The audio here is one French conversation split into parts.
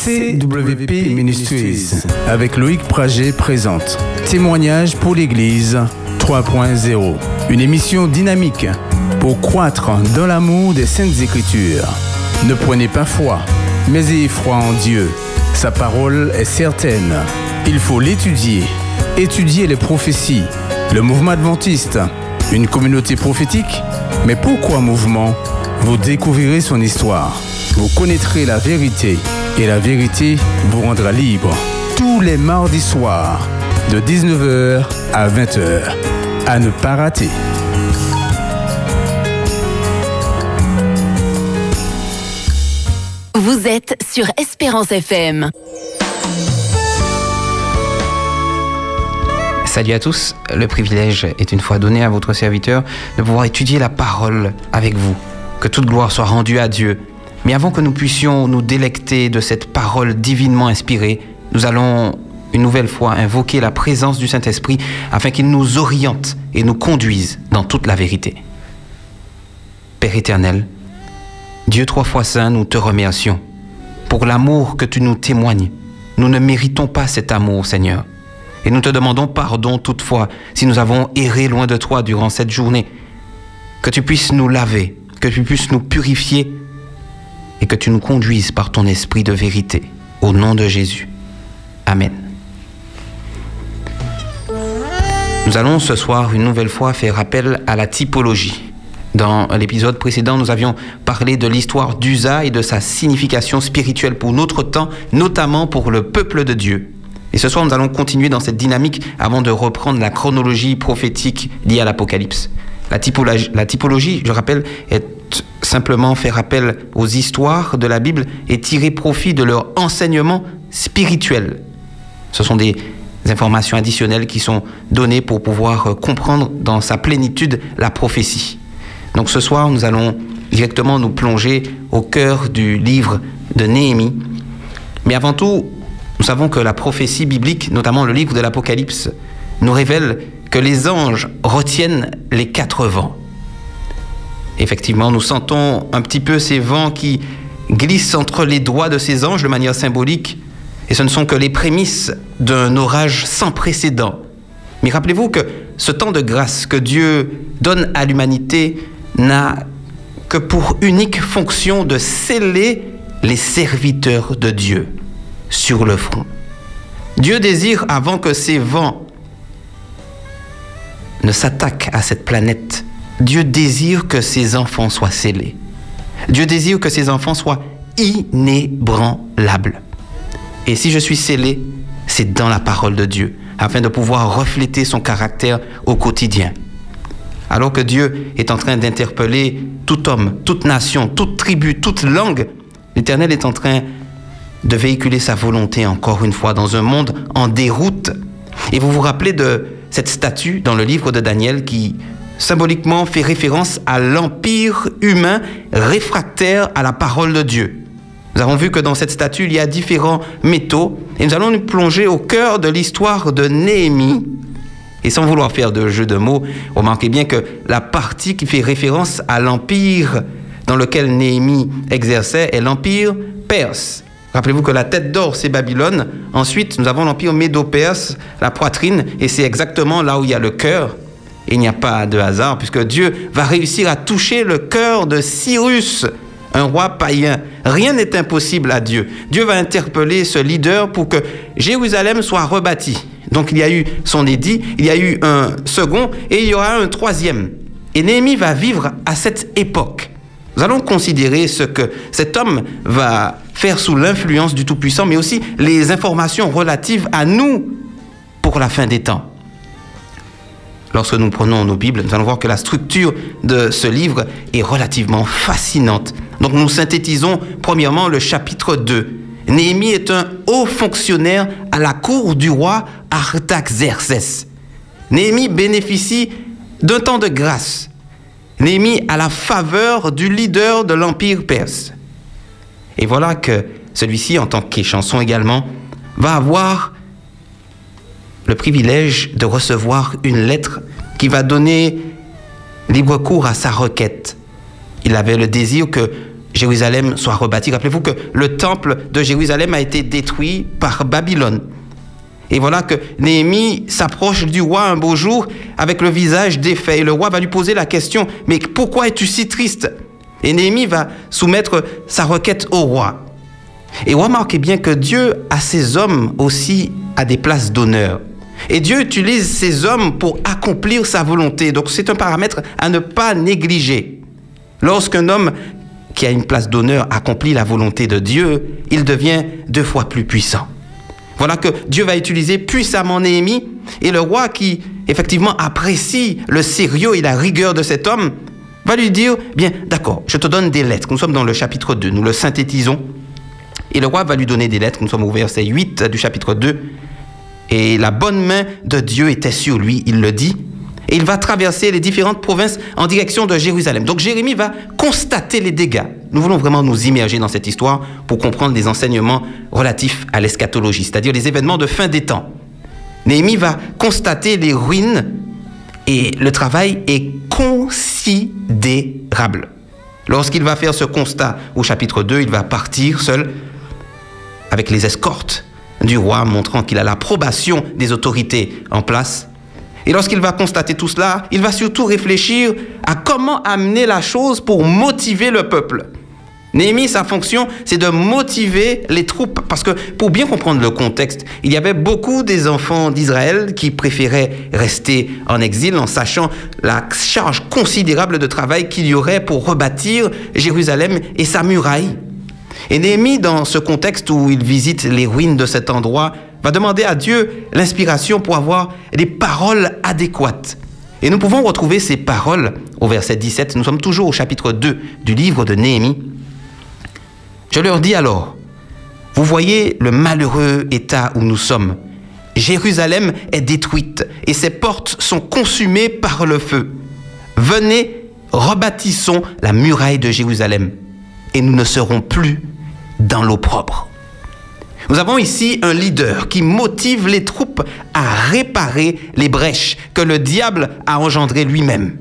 CWP Ministries avec Loïc Prager présente Témoignage pour l'Église 3.0. Une émission dynamique pour croître dans l'amour des Saintes Écritures. Ne prenez pas foi, mais ayez foi en Dieu. Sa parole est certaine. Il faut l'étudier. Étudier les prophéties. Le mouvement adventiste, une communauté prophétique. Mais pourquoi mouvement? Vous découvrirez son histoire. Vous connaîtrez la vérité. Et la vérité vous rendra libre. Tous les mardis soirs, de 19h à 20h. À ne pas rater. Vous êtes sur Espérance FM. Salut à tous, le privilège est une fois donné à votre serviteur de pouvoir étudier la parole avec vous. Que toute gloire soit rendue à Dieu. Mais avant que nous puissions nous délecter de cette parole divinement inspirée, nous allons une nouvelle fois invoquer la présence du Saint-Esprit afin qu'il nous oriente et nous conduise dans toute la vérité. Père éternel, Dieu trois fois saint, nous te remercions pour l'amour que tu nous témoignes. Nous ne méritons pas cet amour, Seigneur. Et nous te demandons pardon toutefois si nous avons erré loin de toi durant cette journée. Que tu puisses nous laver, que tu puisses nous purifier et que tu nous conduises par ton esprit de vérité. Au nom de Jésus. Amen. Nous allons ce soir une nouvelle fois faire appel à la typologie. Dans l'épisode précédent, nous avions parlé de l'histoire d'Uza et de sa signification spirituelle pour notre temps, notamment pour le peuple de Dieu. Et ce soir, nous allons continuer dans cette dynamique avant de reprendre la chronologie prophétique liée à l'Apocalypse. La typologie, je rappelle, est simplement faire appel aux histoires de la Bible et tirer profit de leur enseignement spirituel. Ce sont des informations additionnelles qui sont données pour pouvoir comprendre dans sa plénitude la prophétie. Donc ce soir, nous allons directement nous plonger au cœur du livre de Néhémie. Mais avant tout, nous savons que la prophétie biblique, notamment le livre de l'Apocalypse, nous révèle que les anges retiennent les 4 vents. Effectivement, nous sentons un petit peu ces vents qui glissent entre les doigts de ces anges de manière symbolique, et ce ne sont que les prémices d'un orage sans précédent. Mais rappelez-vous que ce temps de grâce que Dieu donne à l'humanité n'a que pour unique fonction de sceller les serviteurs de Dieu sur le front. Dieu désire, avant que ces vents ne s'attaquent à cette planète, Dieu désire que ses enfants soient scellés. Dieu désire que ses enfants soient inébranlables. Et si je suis scellé, c'est dans la parole de Dieu, afin de pouvoir refléter son caractère au quotidien. Alors que Dieu est en train d'interpeller tout homme, toute nation, toute tribu, toute langue, l'Éternel est en train de véhiculer sa volonté encore une fois dans un monde en déroute. Et vous vous rappelez de cette statue dans le livre de Daniel qui symboliquement fait référence à l'empire humain réfractaire à la parole de Dieu. Nous avons vu que dans cette statue, il y a différents métaux et nous allons nous plonger au cœur de l'histoire de Néhémie. Et sans vouloir faire de jeu de mots, remarquez bien que la partie qui fait référence à l'empire dans lequel Néhémie exerçait est l'empire perse. Rappelez-vous que la tête d'or, c'est Babylone. Ensuite, nous avons l'empire médo-perse, la poitrine, et c'est exactement là où il y a le cœur. Et il n'y a pas de hasard, puisque Dieu va réussir à toucher le cœur de Cyrus, un roi païen. Rien n'est impossible à Dieu. Dieu va interpeller ce leader pour que Jérusalem soit rebâtie. Donc il y a eu son édit, il y a eu un second, et il y aura un troisième. Et Néhémie va vivre à cette époque. Nous allons considérer ce que cet homme va faire sous l'influence du Tout-Puissant, mais aussi les informations relatives à nous pour la fin des temps. Lorsque nous prenons nos Bibles, nous allons voir que la structure de ce livre est relativement fascinante. Donc nous synthétisons premièrement le chapitre 2. Néhémie est un haut fonctionnaire à la cour du roi Artaxerxès. Néhémie bénéficie d'un temps de grâce. Néhémie a la faveur du leader de l'empire perse. Et voilà que celui-ci, en tant qu'échanson également, va avoir le privilège de recevoir une lettre qui va donner libre cours à sa requête. Il avait le désir que Jérusalem soit rebâtie. Rappelez-vous que le temple de Jérusalem a été détruit par Babylone. Et voilà que Néhémie s'approche du roi un beau jour avec le visage défait. Et le roi va lui poser la question, « Mais pourquoi es-tu si triste ?» Et Néhémie va soumettre sa requête au roi. Et remarquez bien que Dieu a ses hommes aussi à des places d'honneur. Et Dieu utilise ces hommes pour accomplir sa volonté. Donc c'est un paramètre à ne pas négliger. Lorsqu'un homme qui a une place d'honneur accomplit la volonté de Dieu, il devient 2 fois plus puissant. Voilà que Dieu va utiliser puissamment Néhémie, et le roi qui effectivement apprécie le sérieux et la rigueur de cet homme va lui dire, bien d'accord, je te donne des lettres. Nous sommes dans le chapitre 2, nous le synthétisons. Et le roi va lui donner des lettres, nous sommes au verset 8 du chapitre 2. Et la bonne main de Dieu était sur lui, il le dit. Et il va traverser les différentes provinces en direction de Jérusalem. Donc Jérémie va constater les dégâts. Nous voulons vraiment nous immerger dans cette histoire pour comprendre les enseignements relatifs à l'eschatologie, c'est-à-dire les événements de fin des temps. Néhémie va constater les ruines et le travail est considérable. Lorsqu'il va faire ce constat au chapitre 2, il va partir seul avec les escortes du roi, montrant qu'il a l'approbation des autorités en place. Et lorsqu'il va constater tout cela, il va surtout réfléchir à comment amener la chose pour motiver le peuple. Néhémie, sa fonction, c'est de motiver les troupes. Parce que, pour bien comprendre le contexte, il y avait beaucoup des enfants d'Israël qui préféraient rester en exil en sachant la charge considérable de travail qu'il y aurait pour rebâtir Jérusalem et sa muraille. Et Néhémie, dans ce contexte où il visite les ruines de cet endroit, va demander à Dieu l'inspiration pour avoir des paroles adéquates. Et nous pouvons retrouver ces paroles au verset 17. Nous sommes toujours au chapitre 2 du livre de Néhémie. Je leur dis alors, vous voyez le malheureux état où nous sommes. Jérusalem est détruite et ses portes sont consumées par le feu. Venez, rebâtissons la muraille de Jérusalem et nous ne serons plus dans l'opprobre. Nous avons ici un leader qui motive les troupes à réparer les brèches que le diable a engendrées lui-même.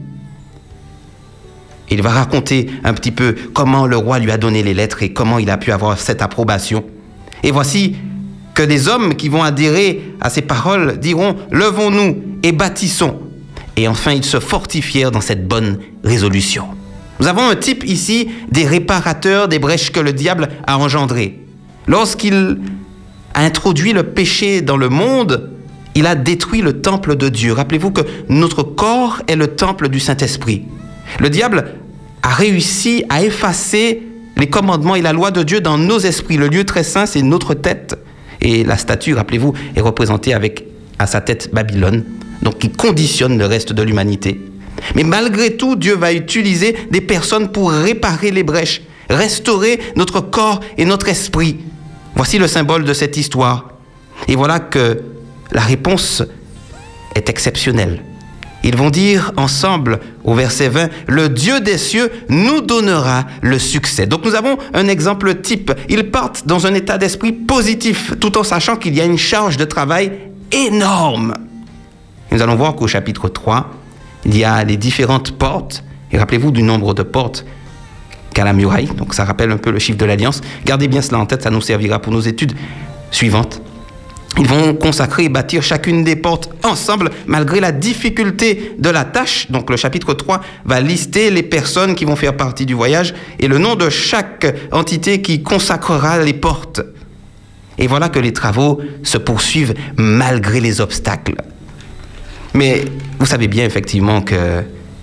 Il va raconter un petit peu comment le roi lui a donné les lettres et comment il a pu avoir cette approbation. Et voici que des hommes qui vont adhérer à ces paroles diront « Levons-nous et bâtissons ». Et enfin, ils se fortifièrent dans cette bonne résolution. Nous avons un type ici des réparateurs des brèches que le diable a engendrées. Lorsqu'il a introduit le péché dans le monde, il a détruit le temple de Dieu. Rappelez-vous que notre corps est le temple du Saint-Esprit. Le diable a réussi à effacer les commandements et la loi de Dieu dans nos esprits. Le lieu très saint, c'est notre tête. Et la statue, rappelez-vous, est représentée avec à sa tête Babylone, donc qui conditionne le reste de l'humanité. Mais malgré tout, Dieu va utiliser des personnes pour réparer les brèches, restaurer notre corps et notre esprit. Voici le symbole de cette histoire. Et voilà que la réponse est exceptionnelle. Ils vont dire ensemble au verset 20, « Le Dieu des cieux nous donnera le succès. » Donc nous avons un exemple type. Ils partent dans un état d'esprit positif, tout en sachant qu'il y a une charge de travail énorme. Nous allons voir qu'au chapitre 3, il y a les différentes portes. Et rappelez-vous du nombre de portes qu'à la muraille. Donc ça rappelle un peu le chiffre de l'Alliance. Gardez bien cela en tête, ça nous servira pour nos études suivantes. Ils vont consacrer et bâtir chacune des portes ensemble, malgré la difficulté de la tâche. Donc le chapitre 3 va lister les personnes qui vont faire partie du voyage et le nom de chaque entité qui consacrera les portes. Et voilà que les travaux se poursuivent malgré les obstacles. Mais vous savez bien effectivement que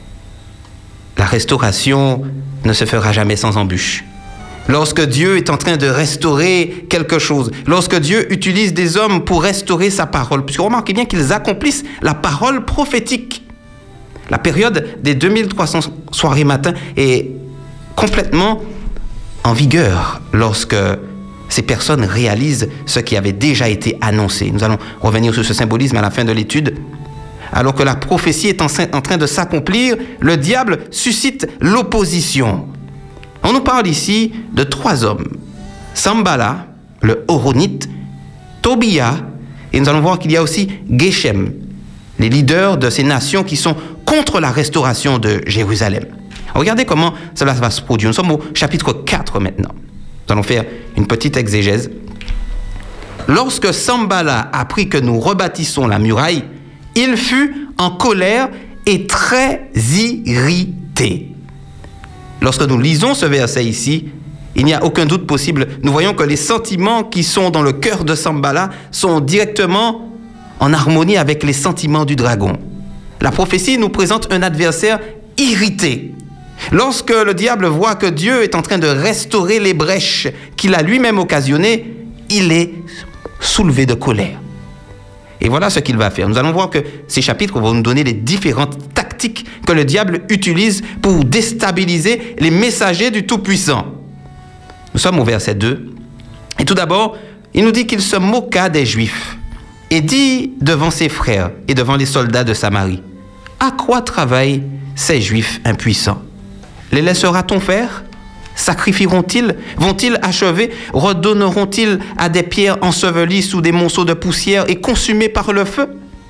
la restauration ne se fera jamais sans embûches. Lorsque Dieu est en train de restaurer quelque chose, lorsque Dieu utilise des hommes pour restaurer sa parole, puisque remarquez bien qu'ils accomplissent la parole prophétique. La période des 2300 soirées matin est complètement en vigueur lorsque ces personnes réalisent ce qui avait déjà été annoncé. Nous allons revenir sur ce symbolisme à la fin de l'étude. Alors que la prophétie est en train de s'accomplir, le diable suscite l'opposition. On nous parle ici de 3 hommes. Sambala, le Horonite, Tobia, et nous allons voir qu'il y a aussi Geshem, les leaders de ces nations qui sont contre la restauration de Jérusalem. Regardez comment cela va se produire. Nous sommes au chapitre 4 maintenant. Nous allons faire une petite exégèse. Lorsque Sanballat apprit que nous rebâtissons la muraille, il fut en colère et très irrité. Lorsque nous lisons ce verset ici, il n'y a aucun doute possible. Nous voyons que les sentiments qui sont dans le cœur de Sanballat sont directement en harmonie avec les sentiments du dragon. La prophétie nous présente un adversaire irrité. Lorsque le diable voit que Dieu est en train de restaurer les brèches qu'il a lui-même occasionnées, il est soulevé de colère. Et voilà ce qu'il va faire. Nous allons voir que ces chapitres vont nous donner les différentes tactiques que le diable utilise pour déstabiliser les messagers du Tout-Puissant. Nous sommes au verset 2. Et tout d'abord, il nous dit qu'il se moqua des Juifs et dit devant ses frères et devant les soldats de Samarie, « À quoi travaillent ces Juifs impuissants? Les laissera-t-on faire? Sacrifieront-ils? Vont-ils achever? Redonneront-ils à des pierres ensevelies sous des monceaux de poussière et consumées par le feu? »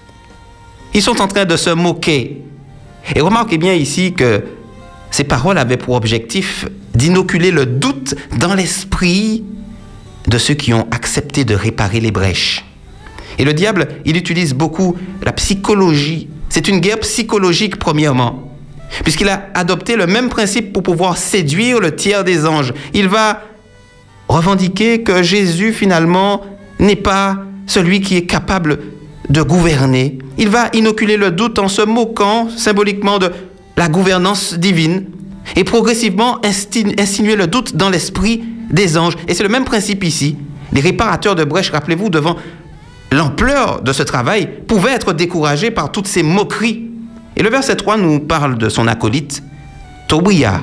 Ils sont en train de se moquer. Et remarquez bien ici que ces paroles avaient pour objectif d'inoculer le doute dans l'esprit de ceux qui ont accepté de réparer les brèches. Et le diable, il utilise beaucoup la psychologie. C'est une guerre psychologique, premièrement, puisqu'il a adopté le même principe pour pouvoir séduire le tiers des anges. Il va revendiquer que Jésus, finalement, n'est pas celui qui est capable de gouverner. Il va inoculer le doute en se moquant symboliquement de la gouvernance divine et progressivement insinuer le doute dans l'esprit des anges. Et c'est le même principe ici. Les réparateurs de brèches, rappelez-vous, devant l'ampleur de ce travail, pouvaient être découragés par toutes ces moqueries. Et le verset 3 nous parle de son acolyte, Tobia.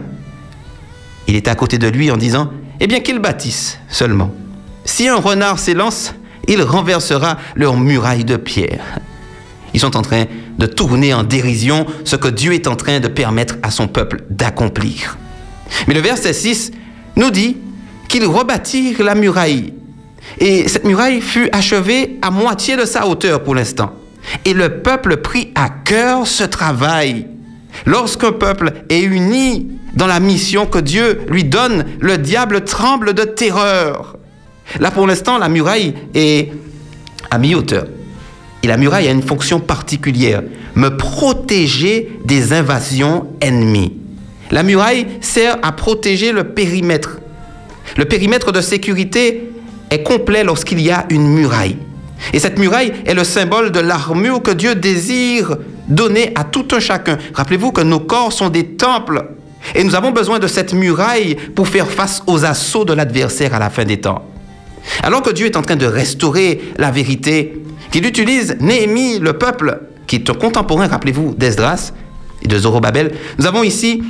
Il était à côté de lui en disant, « Eh bien qu'ils bâtissent seulement. Si un renard s'élance, il renversera leur muraille de pierre. » Ils sont en train de tourner en dérision ce que Dieu est en train de permettre à son peuple d'accomplir. Mais le verset 6 nous dit qu'ils rebâtirent la muraille. Et cette muraille fut achevée à moitié de sa hauteur pour l'instant. Et le peuple prit à cœur ce travail. Lorsqu'un peuple est uni dans la mission que Dieu lui donne, le diable tremble de terreur. Là, pour l'instant, la muraille est à mi-hauteur. Et la muraille a une fonction particulière, me protéger des invasions ennemies. La muraille sert à protéger le périmètre. Le périmètre de sécurité est complet lorsqu'il y a une muraille. Et cette muraille est le symbole de l'armure que Dieu désire donner à tout un chacun. Rappelez-vous que nos corps sont des temples et nous avons besoin de cette muraille pour faire face aux assauts de l'adversaire à la fin des temps. Alors que Dieu est en train de restaurer la vérité, qu'il utilise Néhémie, le peuple, qui est un contemporain, rappelez-vous, d'Esdras et de Zorobabel, nous avons ici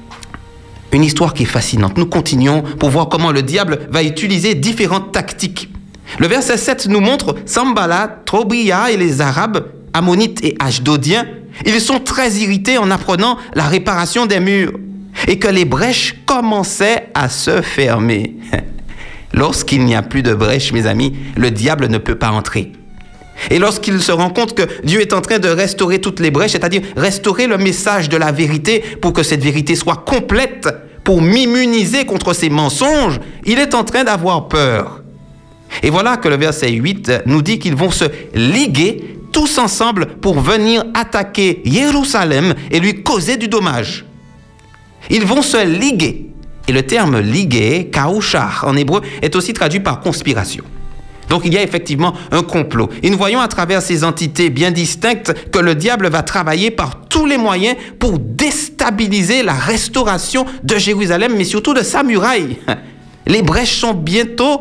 une histoire qui est fascinante. Nous continuons pour voir comment le diable va utiliser différentes tactiques. Le verset 7 nous montre Sanballat, Tobia et les Arabes, Ammonites et Ashdodiens. Ils sont très irrités en apprenant la réparation des murs et que les brèches commençaient à se fermer. Lorsqu'il n'y a plus de brèches, mes amis, le diable ne peut pas entrer. Et lorsqu'il se rend compte que Dieu est en train de restaurer toutes les brèches, c'est-à-dire restaurer le message de la vérité pour que cette vérité soit complète, pour m'immuniser contre ces mensonges, il est en train d'avoir peur. Et voilà que le verset 8 nous dit qu'ils vont se liguer tous ensemble pour venir attaquer Jérusalem et lui causer du dommage. Ils vont se liguer. Et le terme liguer, kaouchar en hébreu, est aussi traduit par conspiration. Donc il y a effectivement un complot. Et nous voyons à travers ces entités bien distinctes que le diable va travailler par tous les moyens pour déstabiliser la restauration de Jérusalem, mais surtout de sa muraille. Les brèches sont bientôt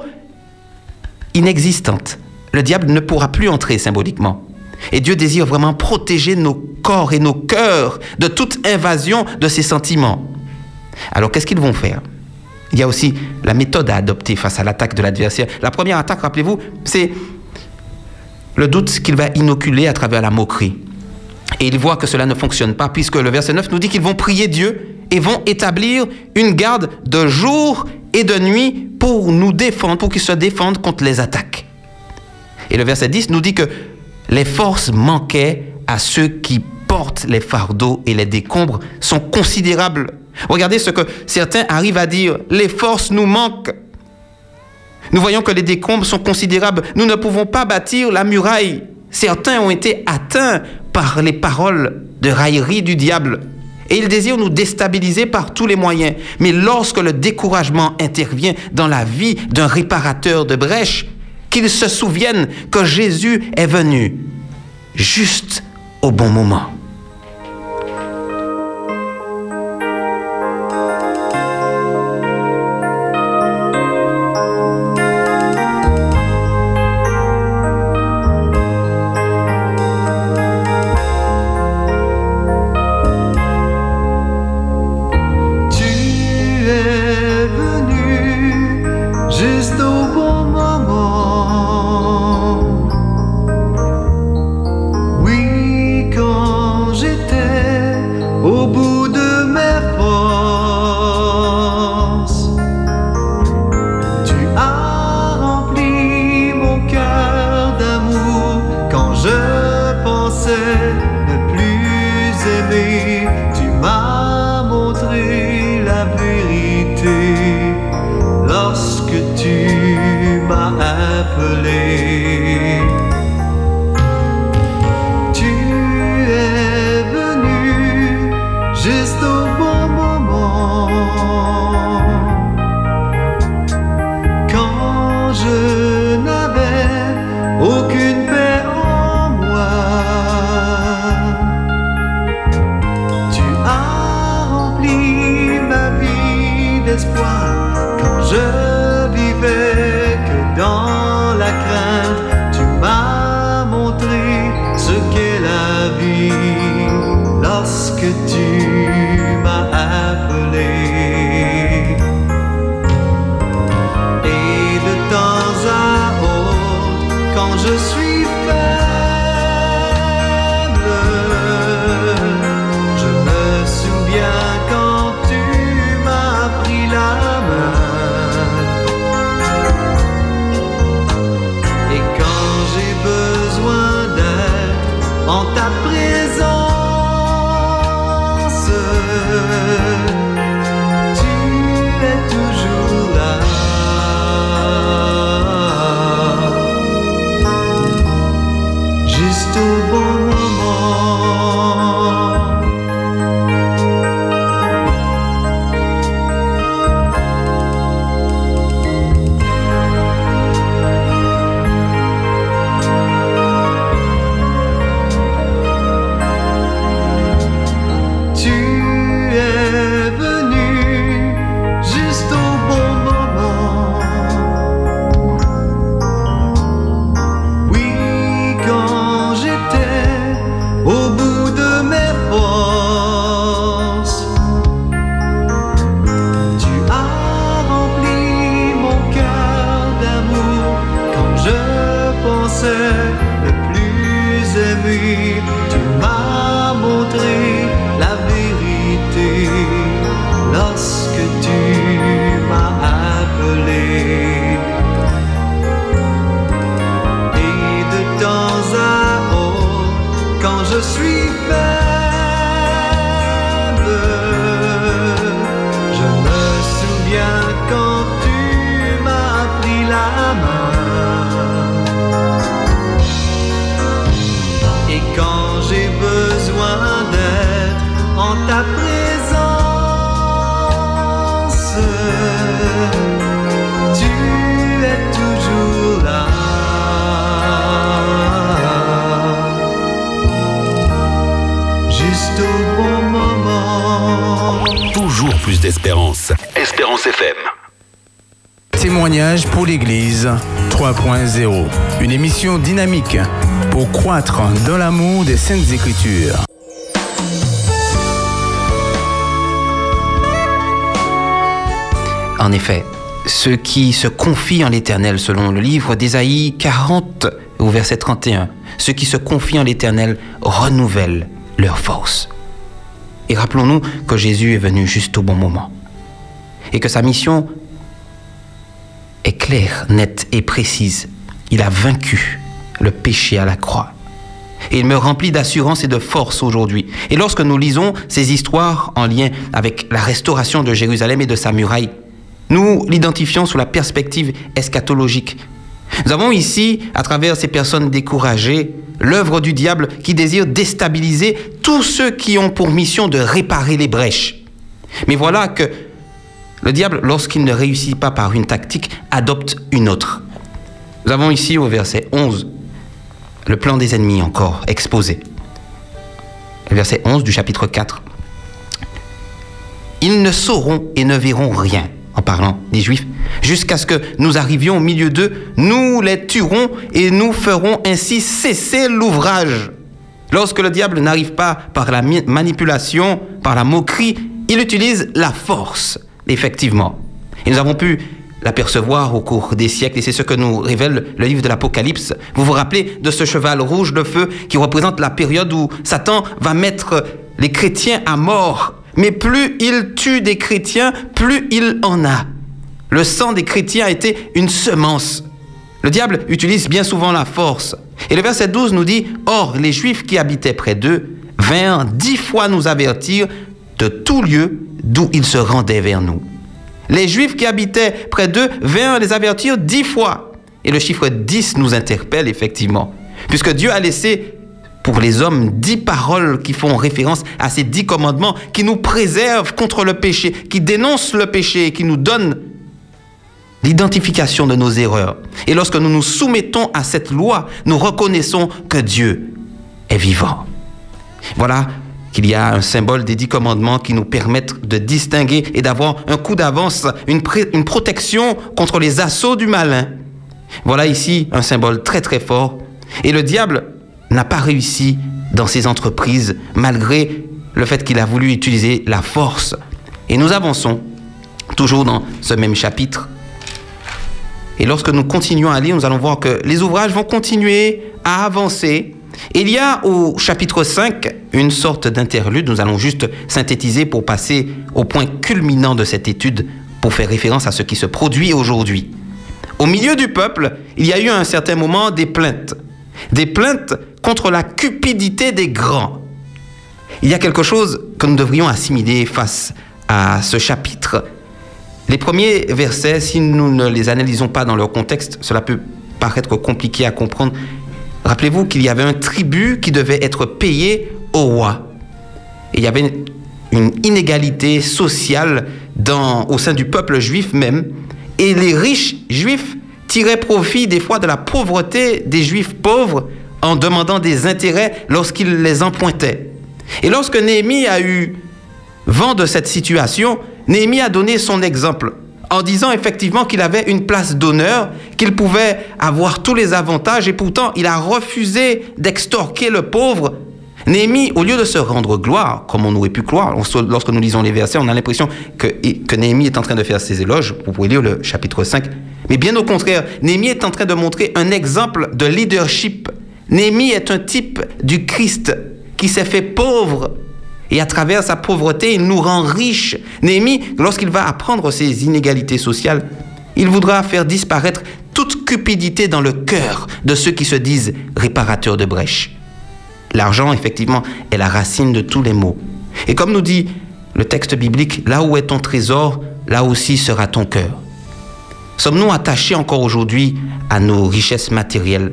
inexistantes. Le diable ne pourra plus entrer symboliquement. Et Dieu désire vraiment protéger nos corps et nos cœurs de toute invasion de ces sentiments. Alors qu'est-ce qu'ils vont faire ? Il y a aussi la méthode à adopter face à l'attaque de l'adversaire. La première attaque, rappelez-vous, c'est le doute qu'il va inoculer à travers la moquerie. Et il voit que cela ne fonctionne pas, puisque le verset 9 nous dit qu'ils vont prier Dieu et vont établir une garde de jour et de nuit pour nous défendre, pour qu'ils se défendent contre les attaques. Et le verset 10 nous dit que les forces manquaient à ceux qui portent les fardeaux et les décombres sont considérables. Regardez ce que certains arrivent à dire. Les forces nous manquent. Nous voyons que les décombres sont considérables. Nous ne pouvons pas bâtir la muraille. Certains ont été atteints par les paroles de raillerie du diable. Et ils désirent nous déstabiliser par tous les moyens. Mais lorsque le découragement intervient dans la vie d'un réparateur de brèches, qu'ils se souviennent que Jésus est venu juste au bon moment. Plus d'espérance. Espérance FM. Témoignage pour l'Église 3.0. Une émission dynamique pour croître dans l'amour des Saintes Écritures. En effet, ceux qui se confient en l'Éternel, selon le livre d'Ésaïe 40 au verset 31, ceux qui se confient en l'Éternel renouvellent leur force. Et rappelons-nous que Jésus est venu juste au bon moment et que sa mission est claire, nette et précise. Il a vaincu le péché à la croix. Et il me remplit d'assurance et de force aujourd'hui. Et lorsque nous lisons ces histoires en lien avec la restauration de Jérusalem et de sa muraille, nous l'identifions sous la perspective eschatologique. Nous avons ici, à travers ces personnes découragées, l'œuvre du diable qui désire déstabiliser tous ceux qui ont pour mission de réparer les brèches. Mais voilà que le diable, lorsqu'il ne réussit pas par une tactique, adopte une autre. Nous avons ici au verset 11, le plan des ennemis encore exposé. Le verset 11 du chapitre 4. Ils ne sauront et ne verront rien, en parlant des Juifs, jusqu'à ce que nous arrivions au milieu d'eux, nous les tuerons et nous ferons ainsi cesser l'ouvrage. Lorsque le diable n'arrive pas par la manipulation, par la moquerie, il utilise la force, effectivement. Et nous avons pu l'apercevoir au cours des siècles, et c'est ce que nous révèle le livre de l'Apocalypse. Vous vous rappelez de ce cheval rouge de feu qui représente la période où Satan va mettre les chrétiens à mort. Mais plus il tue des chrétiens, plus il en a. Le sang des chrétiens a été une semence. Le diable utilise bien souvent la force. Et le verset 12 nous dit « Or, les Juifs qui habitaient près d'eux vinrent 10 fois nous avertir de tout lieu d'où ils se rendaient vers nous. » Les Juifs qui habitaient près d'eux vinrent les avertir 10 fois. Et le chiffre 10 nous interpelle effectivement, puisque Dieu a laissé pour les hommes 10 paroles qui font référence à ces 10 commandements, qui nous préservent contre le péché, qui dénoncent le péché et qui nous donnent l'identification de nos erreurs. Et lorsque nous nous soumettons à cette loi, nous reconnaissons que Dieu est vivant. Voilà qu'il y a un symbole des 10 commandements qui nous permettent de distinguer et d'avoir un coup d'avance, une protection contre les assauts du malin. Voilà ici un symbole très très fort. Et le diable n'a pas réussi dans ses entreprises, malgré le fait qu'il a voulu utiliser la force. Et nous avançons, toujours dans ce même chapitre. Et lorsque nous continuons à lire, nous allons voir que les ouvrages vont continuer à avancer. Il y a au chapitre 5 une sorte d'interlude. Nous allons juste synthétiser pour passer au point culminant de cette étude, pour faire référence à ce qui se produit aujourd'hui. Au milieu du peuple, il y a eu à un certain moment des plaintes. Des plaintes contre la cupidité des grands. Il y a quelque chose que nous devrions assimiler face à ce chapitre. Les premiers versets, si nous ne les analysons pas dans leur contexte, cela peut paraître compliqué à comprendre. Rappelez-vous qu'il y avait un tribut qui devait être payé au roi. Et il y avait une inégalité sociale au sein du peuple juif même. Et les riches juifs tiraient profit des fois de la pauvreté des juifs pauvres en demandant des intérêts lorsqu'ils les empruntaient. Et lorsque Néhémie a eu vent de cette situation, Néhémie a donné son exemple en disant effectivement qu'il avait une place d'honneur, qu'il pouvait avoir tous les avantages et pourtant il a refusé d'extorquer le pauvre. Néhémie, au lieu de se rendre gloire, comme on aurait pu croire, lorsque nous lisons les versets, on a l'impression que Néhémie est en train de faire ses éloges. Vous pouvez lire le chapitre 5. Mais bien au contraire, Néhémie est en train de montrer un exemple de leadership. Néhémie est un type du Christ qui s'est fait pauvre. Et à travers sa pauvreté, il nous rend riches. Néhémie, lorsqu'il va apprendre ces inégalités sociales, il voudra faire disparaître toute cupidité dans le cœur de ceux qui se disent réparateurs de brèches. L'argent, effectivement, est la racine de tous les maux. Et comme nous dit le texte biblique, là où est ton trésor, là aussi sera ton cœur. Sommes-nous attachés encore aujourd'hui à nos richesses matérielles?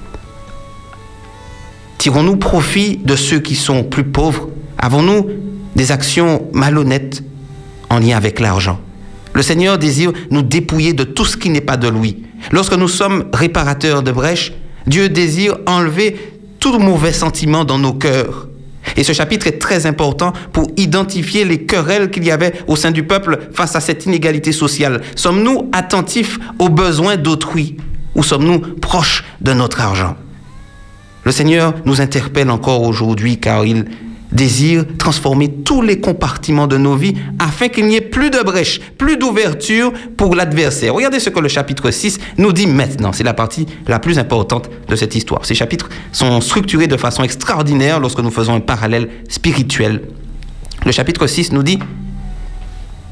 Tirons-nous profit de ceux qui sont plus pauvres? Avons-nous des actions malhonnêtes en lien avec l'argent? Le Seigneur désire nous dépouiller de tout ce qui n'est pas de lui. Lorsque nous sommes réparateurs de brèches, Dieu désire enlever tout mauvais sentiment dans nos cœurs. Et ce chapitre est très important pour identifier les querelles qu'il y avait au sein du peuple face à cette inégalité sociale. Sommes-nous attentifs aux besoins d'autrui ou sommes-nous proches de notre argent? Le Seigneur nous interpelle encore aujourd'hui car il désire transformer tous les compartiments de nos vies afin qu'il n'y ait plus de brèches, plus d'ouverture pour l'adversaire. Regardez ce que le chapitre 6 nous dit maintenant. C'est la partie la plus importante de cette histoire. Ces chapitres sont structurés de façon extraordinaire lorsque nous faisons un parallèle spirituel. Le chapitre 6 nous dit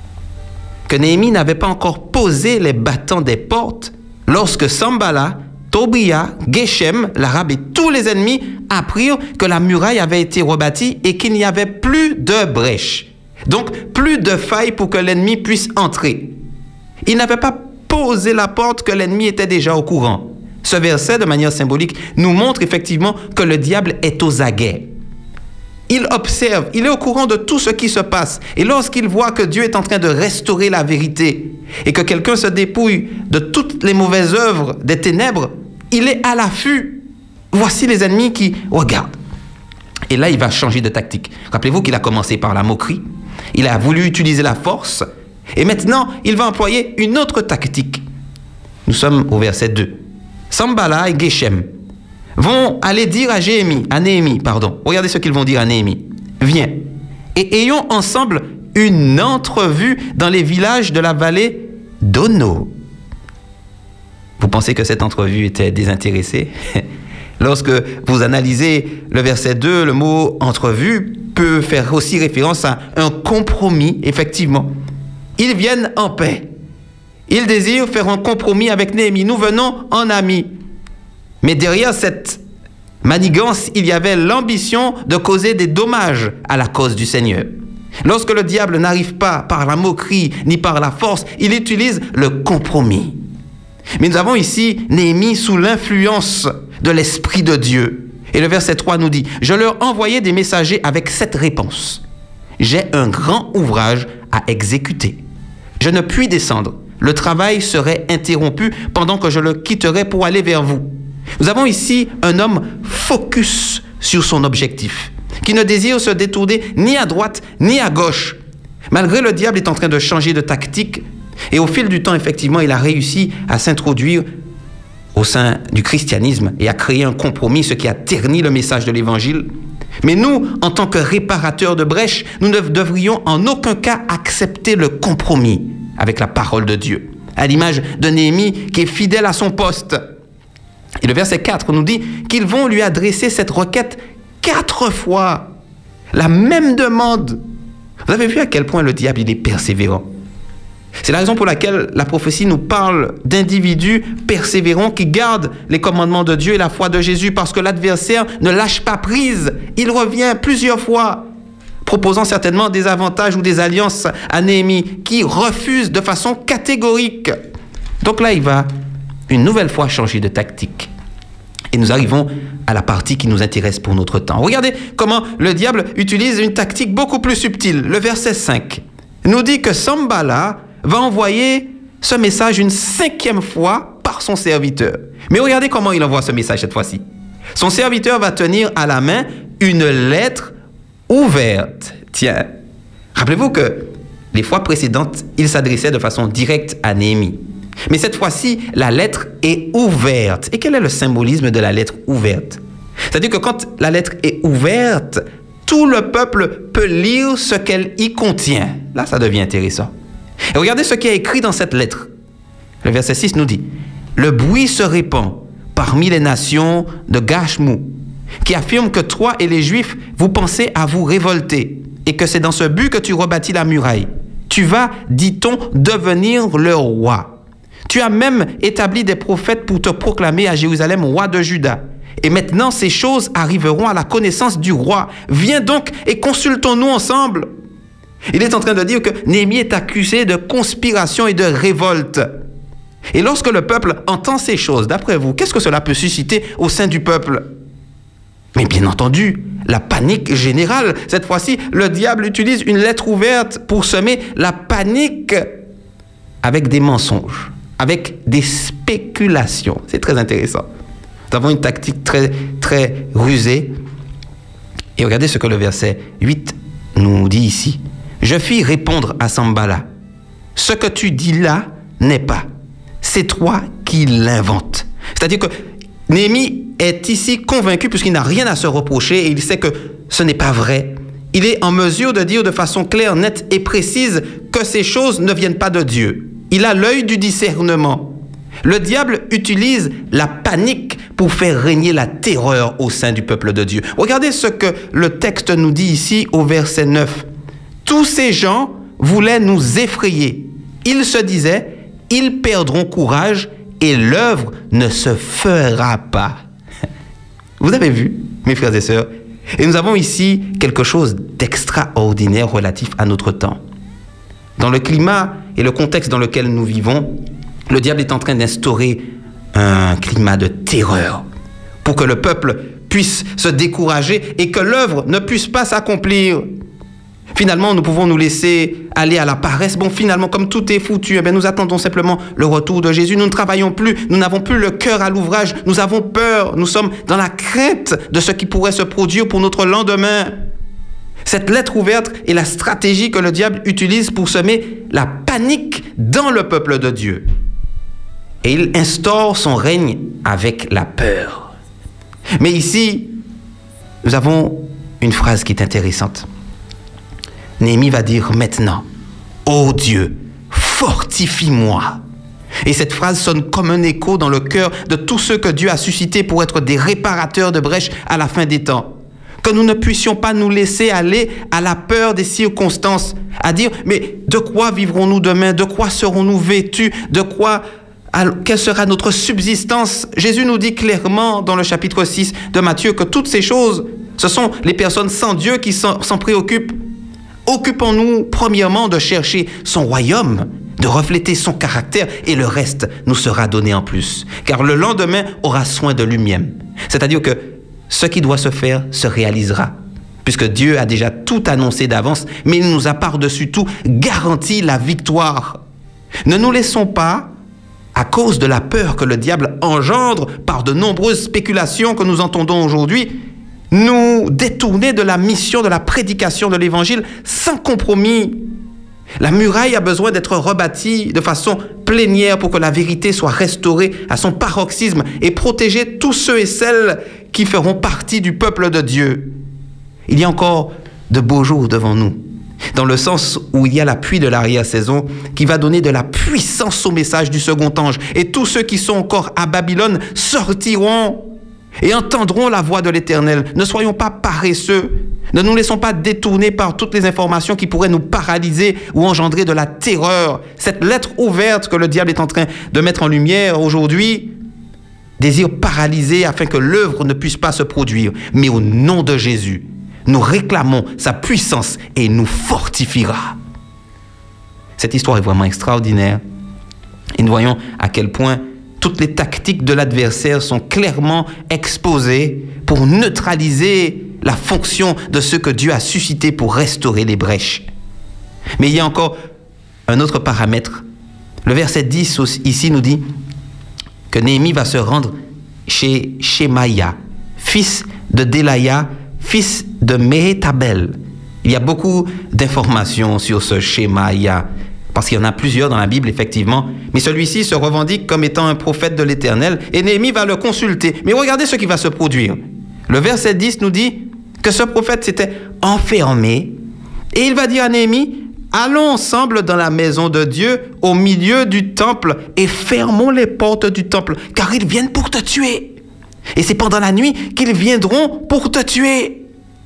que Néhémie n'avait pas encore posé les battants des portes lorsque Sambala, Tobia, Geshem, l'Arabe et tous les ennemis apprirent que la muraille avait été rebâtie et qu'il n'y avait plus de brèche. Donc, plus de faille pour que l'ennemi puisse entrer. Ils n'avaient pas posé la porte que l'ennemi était déjà au courant. Ce verset, de manière symbolique, nous montre effectivement que le diable est aux aguets. Il observe, il est au courant de tout ce qui se passe. Et lorsqu'il voit que Dieu est en train de restaurer la vérité et que quelqu'un se dépouille de toutes les mauvaises œuvres des ténèbres, il est à l'affût. Voici les ennemis qui regardent. Et là, il va changer de tactique. Rappelez-vous qu'il a commencé par la moquerie. Il a voulu utiliser la force. Et maintenant, il va employer une autre tactique. Nous sommes au verset 2. Sambala et Geshem vont aller dire à Néhémie. Regardez ce qu'ils vont dire à Néhémie. Viens et ayons ensemble une entrevue dans les villages de la vallée d'Ono. Vous pensez que cette entrevue était désintéressée? Lorsque vous analysez le verset 2, le mot entrevue peut faire aussi référence à un compromis, effectivement. Ils viennent en paix. Ils désirent faire un compromis avec Néhémie. Nous venons en amis. Mais derrière cette manigance, il y avait l'ambition de causer des dommages à la cause du Seigneur. Lorsque le diable n'arrive pas par la moquerie ni par la force, il utilise le compromis. Mais nous avons ici Néhémie sous l'influence de l'Esprit de Dieu. Et le verset 3 nous dit « Je leur envoyais des messagers avec cette réponse. J'ai un grand ouvrage à exécuter. Je ne puis descendre. Le travail serait interrompu pendant que je le quitterai pour aller vers vous. » Nous avons ici un homme focus sur son objectif, qui ne désire se détourner ni à droite ni à gauche. Malgré le diable est en train de changer de tactique, et au fil du temps, effectivement, il a réussi à s'introduire au sein du christianisme et à créer un compromis, ce qui a terni le message de l'Évangile. Mais nous, en tant que réparateurs de brèches, nous ne devrions en aucun cas accepter le compromis avec la parole de Dieu, à l'image de Néhémie qui est fidèle à son poste. Et le verset 4 nous dit qu'ils vont lui adresser cette requête 4 fois, la même demande. Vous avez vu à quel point le diable il est persévérant. C'est la raison pour laquelle la prophétie nous parle d'individus persévérants qui gardent les commandements de Dieu et la foi de Jésus, parce que l'adversaire ne lâche pas prise. Il revient plusieurs fois, proposant certainement des avantages ou des alliances à Néhémie, qui refuse de façon catégorique. Donc là, il va une nouvelle fois changer de tactique. Et nous arrivons à la partie qui nous intéresse pour notre temps. Regardez comment le diable utilise une tactique beaucoup plus subtile. Le verset 5 nous dit que Sambala va envoyer ce message une 5e fois par son serviteur. Mais regardez comment il envoie ce message cette fois-ci. Son serviteur va tenir à la main une lettre ouverte. Tiens, rappelez-vous que les fois précédentes, il s'adressait de façon directe à Néhémie. Mais cette fois-ci, la lettre est ouverte. Et quel est le symbolisme de la lettre ouverte? C'est-à-dire que quand la lettre est ouverte, tout le peuple peut lire ce qu'elle y contient. Là, ça devient intéressant. Et regardez ce qui est écrit dans cette lettre. Le verset 6 nous dit « Le bruit se répand parmi les nations de Gashmou, qui affirme que toi et les Juifs, vous pensez à vous révolter, et que c'est dans ce but que tu rebâtis la muraille. Tu vas, dit-on, devenir le roi. Tu as même établi des prophètes pour te proclamer à Jérusalem roi de Juda. Et maintenant, ces choses arriveront à la connaissance du roi. Viens donc et consultons-nous ensemble. » Il est en train de dire que Néhémie est accusé de conspiration et de révolte. Et lorsque le peuple entend ces choses, d'après vous, qu'est-ce que cela peut susciter au sein du peuple? Mais bien entendu, la panique générale. Cette fois-ci, le diable utilise une lettre ouverte pour semer la panique avec des mensonges, avec des spéculations. C'est très intéressant. Nous avons une tactique très, très rusée. Et regardez ce que le verset 8 nous dit ici. « Je fis répondre à Sambala, ce que tu dis là n'est pas. C'est toi qui l'inventes. » C'est-à-dire que Néhémie est ici convaincu, puisqu'il n'a rien à se reprocher, et il sait que ce n'est pas vrai. Il est en mesure de dire de façon claire, nette et précise que ces choses ne viennent pas de Dieu. Il a l'œil du discernement. Le diable utilise la panique pour faire régner la terreur au sein du peuple de Dieu. Regardez ce que le texte nous dit ici au verset 9. Tous ces gens voulaient nous effrayer. Ils se disaient, ils perdront courage et l'œuvre ne se fera pas. Vous avez vu, mes frères et sœurs? Et nous avons ici quelque chose d'extraordinaire relatif à notre temps. Dans le climat et le contexte dans lequel nous vivons, le diable est en train d'instaurer un climat de terreur pour que le peuple puisse se décourager et que l'œuvre ne puisse pas s'accomplir. Finalement, nous pouvons nous laisser aller à la paresse. Bon, finalement, comme tout est foutu, nous attendons simplement le retour de Jésus. Nous ne travaillons plus, nous n'avons plus le cœur à l'ouvrage, nous avons peur, nous sommes dans la crainte de ce qui pourrait se produire pour notre lendemain. Cette lettre ouverte est la stratégie que le diable utilise pour semer la panique dans le peuple de Dieu. Et il instaure son règne avec la peur. Mais ici, nous avons une phrase qui est intéressante. Néhémie va dire maintenant, « Ô Dieu, fortifie-moi ». Et cette phrase sonne comme un écho dans le cœur de tous ceux que Dieu a suscités pour être des réparateurs de brèches à la fin des temps. Que nous ne puissions pas nous laisser aller à la peur des circonstances, à dire, mais de quoi vivrons-nous demain? De quoi serons-nous vêtus? Quelle sera notre subsistance? Jésus nous dit clairement dans le chapitre 6 de Matthieu que toutes ces choses, ce sont les personnes sans Dieu qui s'en préoccupent. Occupons-nous premièrement de chercher son royaume, de refléter son caractère et le reste nous sera donné en plus. Car le lendemain aura soin de lui-même. C'est-à-dire que ce qui doit se faire se réalisera. Puisque Dieu a déjà tout annoncé d'avance, mais il nous a par-dessus tout garanti la victoire. Ne nous laissons pas, à cause de la peur que le diable engendre par de nombreuses spéculations que nous entendons aujourd'hui, nous détourner de la mission de la prédication de l'Évangile sans compromis. La muraille a besoin d'être rebâtie de façon plénière pour que la vérité soit restaurée à son paroxysme et protéger tous ceux et celles qui feront partie du peuple de Dieu. Il y a encore de beaux jours devant nous, dans le sens où il y a la pluie de l'arrière-saison qui va donner de la puissance au message du second ange. Et tous ceux qui sont encore à Babylone sortiront et entendront la voix de l'Éternel. Ne soyons pas paresseux. Ne nous laissons pas détourner par toutes les informations qui pourraient nous paralyser ou engendrer de la terreur. Cette lettre ouverte que le diable est en train de mettre en lumière aujourd'hui désire paralyser afin que l'œuvre ne puisse pas se produire. Mais au nom de Jésus, nous réclamons sa puissance et il nous fortifiera. Cette histoire est vraiment extraordinaire. Et nous voyons à quel point toutes les tactiques de l'adversaire sont clairement exposées pour neutraliser la fonction de ce que Dieu a suscité pour restaurer les brèches. Mais il y a encore un autre paramètre. Le verset 10 ici nous dit que Néhémie va se rendre chez Shemaïa, fils de Delaya, fils de Méhétabel. Il y a beaucoup d'informations sur ce Shemaïa, parce qu'il y en a plusieurs dans la Bible, effectivement. Mais celui-ci se revendique comme étant un prophète de l'Éternel, et Néhémie va le consulter. Mais regardez ce qui va se produire. Le verset 10 nous dit que ce prophète s'était enfermé, et il va dire à Néhémie, « Allons ensemble dans la maison de Dieu, au milieu du temple, et fermons les portes du temple, car ils viennent pour te tuer. Et c'est pendant la nuit qu'ils viendront pour te tuer. »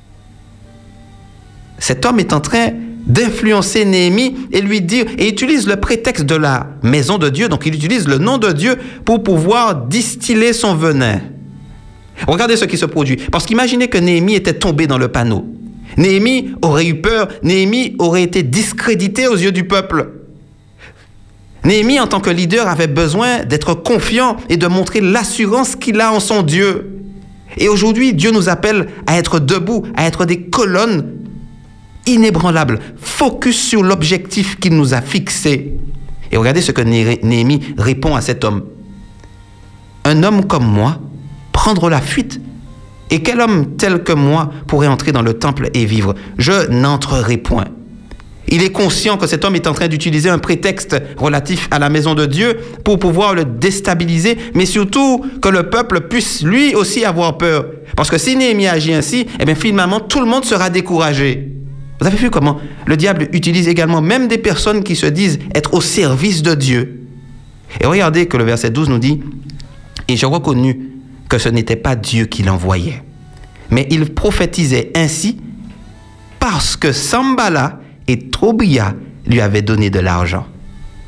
Cet homme est en train d'influencer Néhémie et lui dire, et utilise le prétexte de la maison de Dieu, donc il utilise le nom de Dieu pour pouvoir distiller son venin. Regardez ce qui se produit, parce qu'imaginez que Néhémie était tombé dans le panneau. Néhémie aurait eu peur, Néhémie aurait été discrédité aux yeux du peuple. Néhémie, en tant que leader, avait besoin d'être confiant et de montrer l'assurance qu'il a en son Dieu. Et aujourd'hui, Dieu nous appelle à être debout, à être des colonnes inébranlables, focus sur l'objectif qu'il nous a fixé. Et regardez ce que Néhémie répond à cet homme. Un homme comme moi prendre la fuite? Et quel homme tel que moi pourrait entrer dans le temple et vivre? Je n'entrerai point. Il est conscient que cet homme est en train d'utiliser un prétexte relatif à la maison de Dieu pour pouvoir le déstabiliser, mais surtout que le peuple puisse lui aussi avoir peur. Parce que si Néhémie agit ainsi, eh bien finalement tout le monde sera découragé. Vous avez vu comment le diable utilise également même des personnes qui se disent être au service de Dieu. Et regardez que le verset 12 nous dit « Et je reconnus que ce n'était pas Dieu qui l'envoyait, mais il prophétisait ainsi parce que Sambala et Tobia lui avaient donné de l'argent. »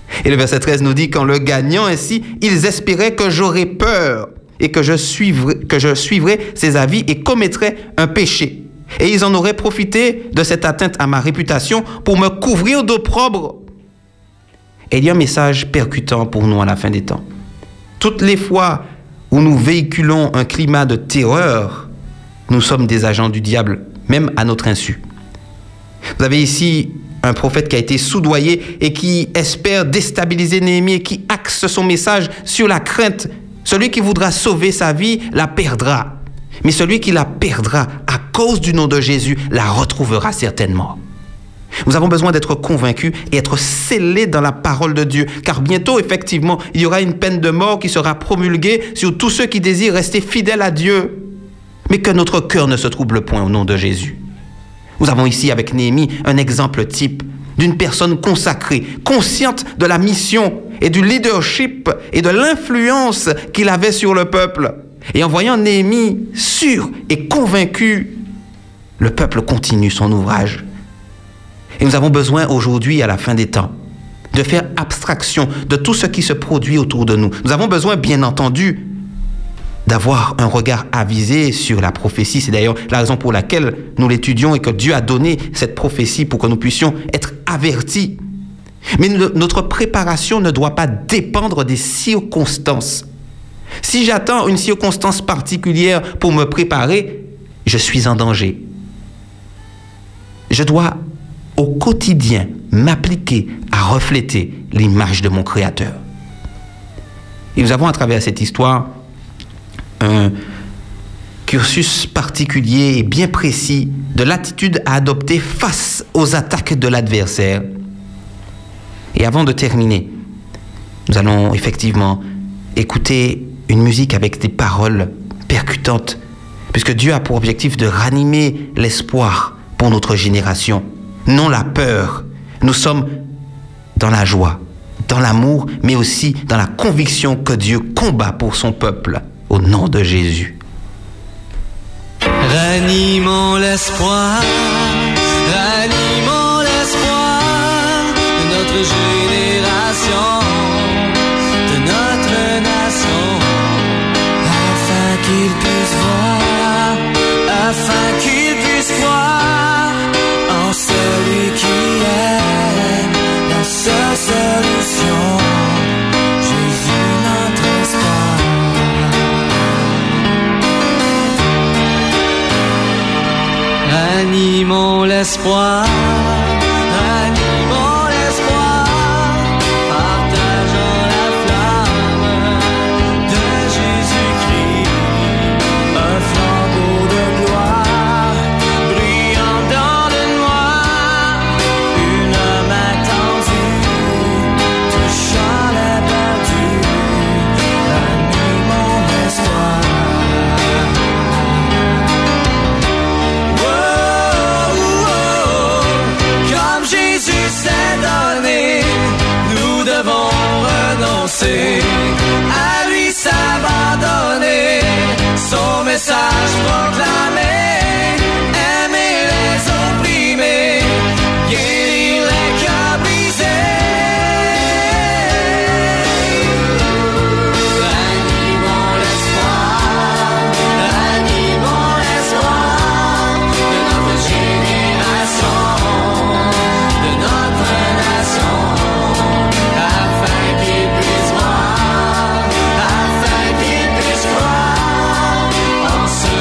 Et le verset 13 nous dit, qu'en le gagnant ainsi, ils espéraient que j'aurais peur et que je suivrais ses avis et commettrais un péché. Et ils en auraient profité de cette atteinte à ma réputation pour me couvrir d'opprobre. Et il y a un message percutant pour nous à la fin des temps. Toutes les fois où nous véhiculons un climat de terreur, nous sommes des agents du diable, même à notre insu. Vous avez ici un prophète qui a été soudoyé et qui espère déstabiliser Néhémie et qui axe son message sur la crainte. Celui qui voudra sauver sa vie la perdra. Mais celui qui la perdra à cause du nom de Jésus la retrouvera certainement. Nous avons besoin d'être convaincus et être scellés dans la parole de Dieu. Car bientôt, effectivement, il y aura une peine de mort qui sera promulguée sur tous ceux qui désirent rester fidèles à Dieu. Mais que notre cœur ne se trouble point au nom de Jésus. Nous avons ici avec Néhémie un exemple type d'une personne consacrée, consciente de la mission et du leadership et de l'influence qu'il avait sur le peuple. Et en voyant Néhémie sûr et convaincu, le peuple continue son ouvrage. Et nous avons besoin aujourd'hui, à la fin des temps, de faire abstraction de tout ce qui se produit autour de nous. Nous avons besoin, bien entendu, d'avoir un regard avisé sur la prophétie. C'est d'ailleurs la raison pour laquelle nous l'étudions et que Dieu a donné cette prophétie pour que nous puissions être avertis. Mais notre préparation ne doit pas dépendre des circonstances. Si j'attends une circonstance particulière pour me préparer, je suis en danger. Je dois au quotidien m'appliquer à refléter l'image de mon Créateur. Et nous avons à travers cette histoire un cursus particulier et bien précis de l'attitude à adopter face aux attaques de l'adversaire. Et avant de terminer, nous allons effectivement écouter une musique avec des paroles percutantes, puisque Dieu a pour objectif de ranimer l'espoir pour notre génération, non la peur. Nous sommes dans la joie, dans l'amour, mais aussi dans la conviction que Dieu combat pour son peuple. Au nom de Jésus. Ranimons l'espoir de notre génération, de notre nation, afin qu'ils puissent voir en celui qui est la seule solution, Jésus notre espoir. Animons l'espoir, partageant la flamme de Jésus-Christ, un flambeau de gloire, brillant dans le noir, une âme attendue, touchant les perdus, animons l'espoir. Nous devons renoncer à lui, s'abandonner, son message proclamer, aimer les opprimés, guérir les cœurs brisés. Ranimons l'espoir de notre génération, de notre nation, afin qu'ils puissent croire en ce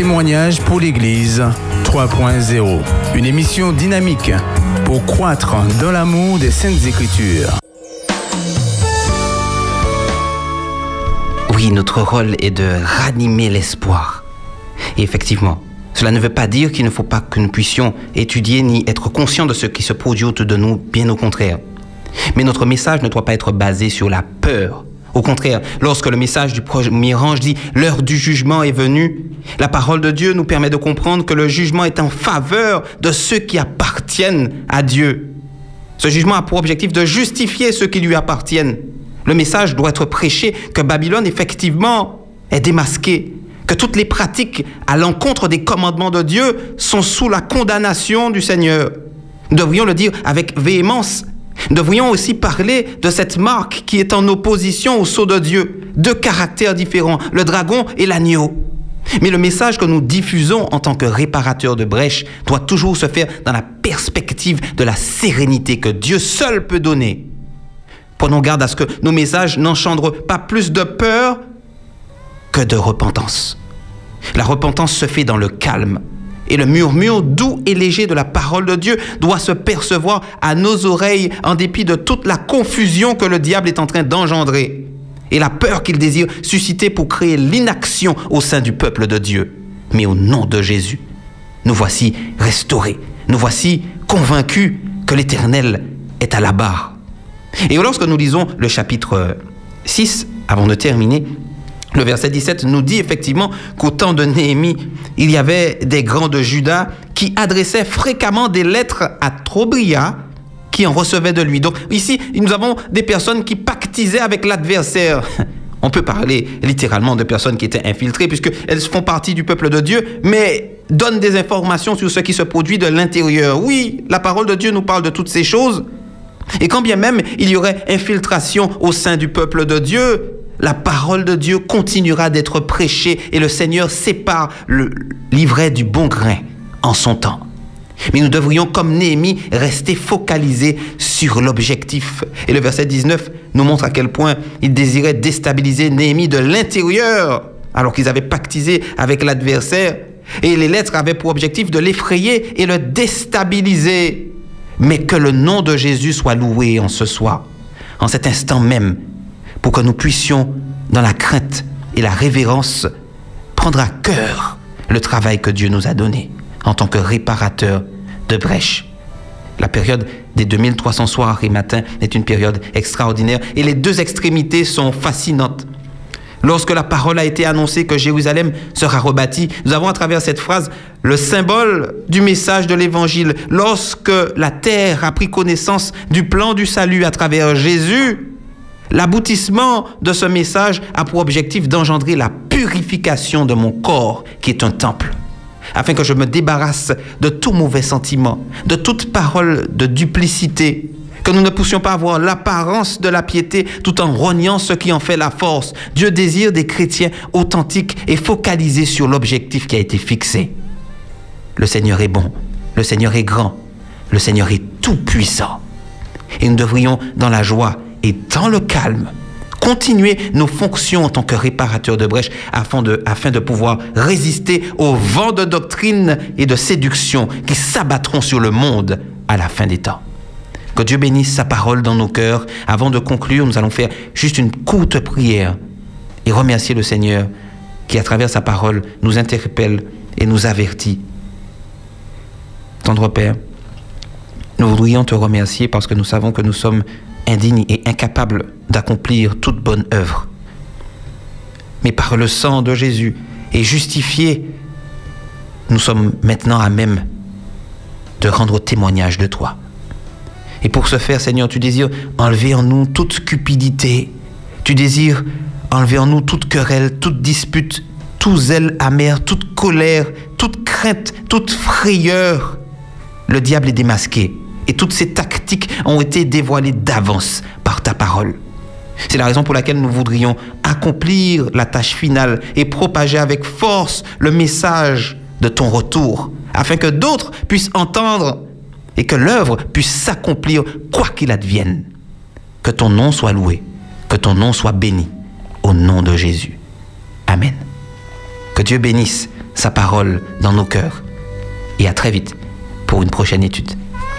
Témoignage pour l'Église 3.0. Une émission dynamique pour croître dans l'amour des Saintes Écritures. Oui, notre rôle est de ranimer l'espoir. Et effectivement, cela ne veut pas dire qu'il ne faut pas que nous puissions étudier ni être conscients de ce qui se produit autour de nous, bien au contraire. Mais notre message ne doit pas être basé sur la peur. Au contraire, lorsque le message du premier ange dit « l'heure du jugement est venue », la parole de Dieu nous permet de comprendre que le jugement est en faveur de ceux qui appartiennent à Dieu. Ce jugement a pour objectif de justifier ceux qui lui appartiennent. Le message doit être prêché que Babylone, effectivement, est démasquée, que toutes les pratiques à l'encontre des commandements de Dieu sont sous la condamnation du Seigneur. Nous devrions le dire avec véhémence. Nous devrions aussi parler de cette marque qui est en opposition au sceau de Dieu. Deux caractères différents, le dragon et l'agneau. Mais le message que nous diffusons en tant que réparateurs de brèches doit toujours se faire dans la perspective de la sérénité que Dieu seul peut donner. Prenons garde à ce que nos messages n'engendrent pas plus de peur que de repentance. La repentance se fait dans le calme. Et le murmure doux et léger de la parole de Dieu doit se percevoir à nos oreilles en dépit de toute la confusion que le diable est en train d'engendrer et la peur qu'il désire susciter pour créer l'inaction au sein du peuple de Dieu. Mais au nom de Jésus, nous voici restaurés. Nous voici convaincus que l'Éternel est à la barre. Et lorsque nous lisons le chapitre 6, avant de terminer, le verset 17 nous dit effectivement qu'au temps de Néhémie, il y avait des grands de Juda qui adressaient fréquemment des lettres à Tobia qui en recevaient de lui. Donc ici, nous avons des personnes qui pactisaient avec l'adversaire. On peut parler littéralement de personnes qui étaient infiltrées puisqu'elles font partie du peuple de Dieu, mais donnent des informations sur ce qui se produit de l'intérieur. Oui, la parole de Dieu nous parle de toutes ces choses. Et quand bien même il y aurait infiltration au sein du peuple de Dieu, la parole de Dieu continuera d'être prêchée et le Seigneur sépare l'ivraie du bon grain en son temps. Mais nous devrions, comme Néhémie, rester focalisés sur l'objectif. Et le verset 19 nous montre à quel point il désirait déstabiliser Néhémie de l'intérieur, alors qu'ils avaient pactisé avec l'adversaire. Et les lettres avaient pour objectif de l'effrayer et le déstabiliser. Mais que le nom de Jésus soit loué en ce soir, en cet instant même, pour que nous puissions, dans la crainte et la révérence, prendre à cœur le travail que Dieu nous a donné en tant que réparateur de brèches. La période des 2300 soirs et matins est une période extraordinaire et les deux extrémités sont fascinantes. Lorsque la parole a été annoncée que Jérusalem sera rebâtie, nous avons à travers cette phrase le symbole du message de l'Évangile. Lorsque la terre a pris connaissance du plan du salut à travers Jésus, l'aboutissement de ce message a pour objectif d'engendrer la purification de mon corps, qui est un temple, afin que je me débarrasse de tout mauvais sentiment, de toute parole de duplicité, que nous ne puissions pas avoir l'apparence de la piété tout en rognant ce qui en fait la force. Dieu désire des chrétiens authentiques et focalisés sur l'objectif qui a été fixé. Le Seigneur est bon, le Seigneur est grand, le Seigneur est tout-puissant. Et nous devrions, dans la joie et dans le calme, continuer nos fonctions en tant que réparateurs de brèches afin de pouvoir résister aux vents de doctrine et de séduction qui s'abattront sur le monde à la fin des temps. Que Dieu bénisse sa parole dans nos cœurs. Avant de conclure, nous allons faire juste une courte prière et remercier le Seigneur qui, à travers sa parole, nous interpelle et nous avertit. Tendre Père, nous voudrions te remercier parce que nous savons que nous sommes indignes et incapables d'accomplir toute bonne œuvre. Mais par le sang de Jésus et justifiés, nous sommes maintenant à même de rendre témoignage de toi. Et pour ce faire, Seigneur, tu désires enlever en nous toute cupidité. Tu désires enlever en nous toute querelle, toute dispute, tout zèle amer, toute colère, toute crainte, toute frayeur. Le diable est démasqué et toutes ses tactiques ont été dévoilées d'avance par ta parole. C'est la raison pour laquelle nous voudrions accomplir la tâche finale et propager avec force le message de ton retour, afin que d'autres puissent entendre et que l'œuvre puisse s'accomplir quoi qu'il advienne. Que ton nom soit loué, que ton nom soit béni, au nom de Jésus. Amen. Que Dieu bénisse sa parole dans nos cœurs. Et à très vite pour une prochaine étude.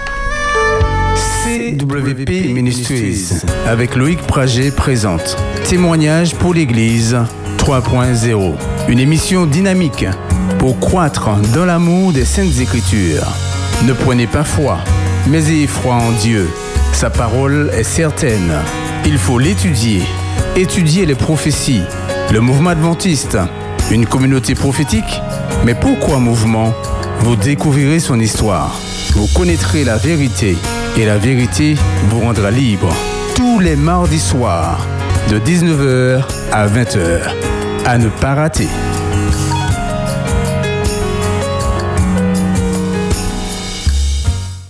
CWP Ministries avec Loïc Prager présente Témoignage pour l'Église 3.0. Une émission dynamique pour croître dans l'amour des Saintes Écritures. Ne prenez pas foi, mais ayez foi en Dieu. Sa parole est certaine. Il faut l'étudier. Étudier les prophéties. Le mouvement adventiste, une communauté prophétique. Mais pourquoi mouvement? Vous découvrirez son histoire. Vous connaîtrez la vérité. Et la vérité vous rendra libre. Tous les mardis soirs, de 19h à 20h. À ne pas rater.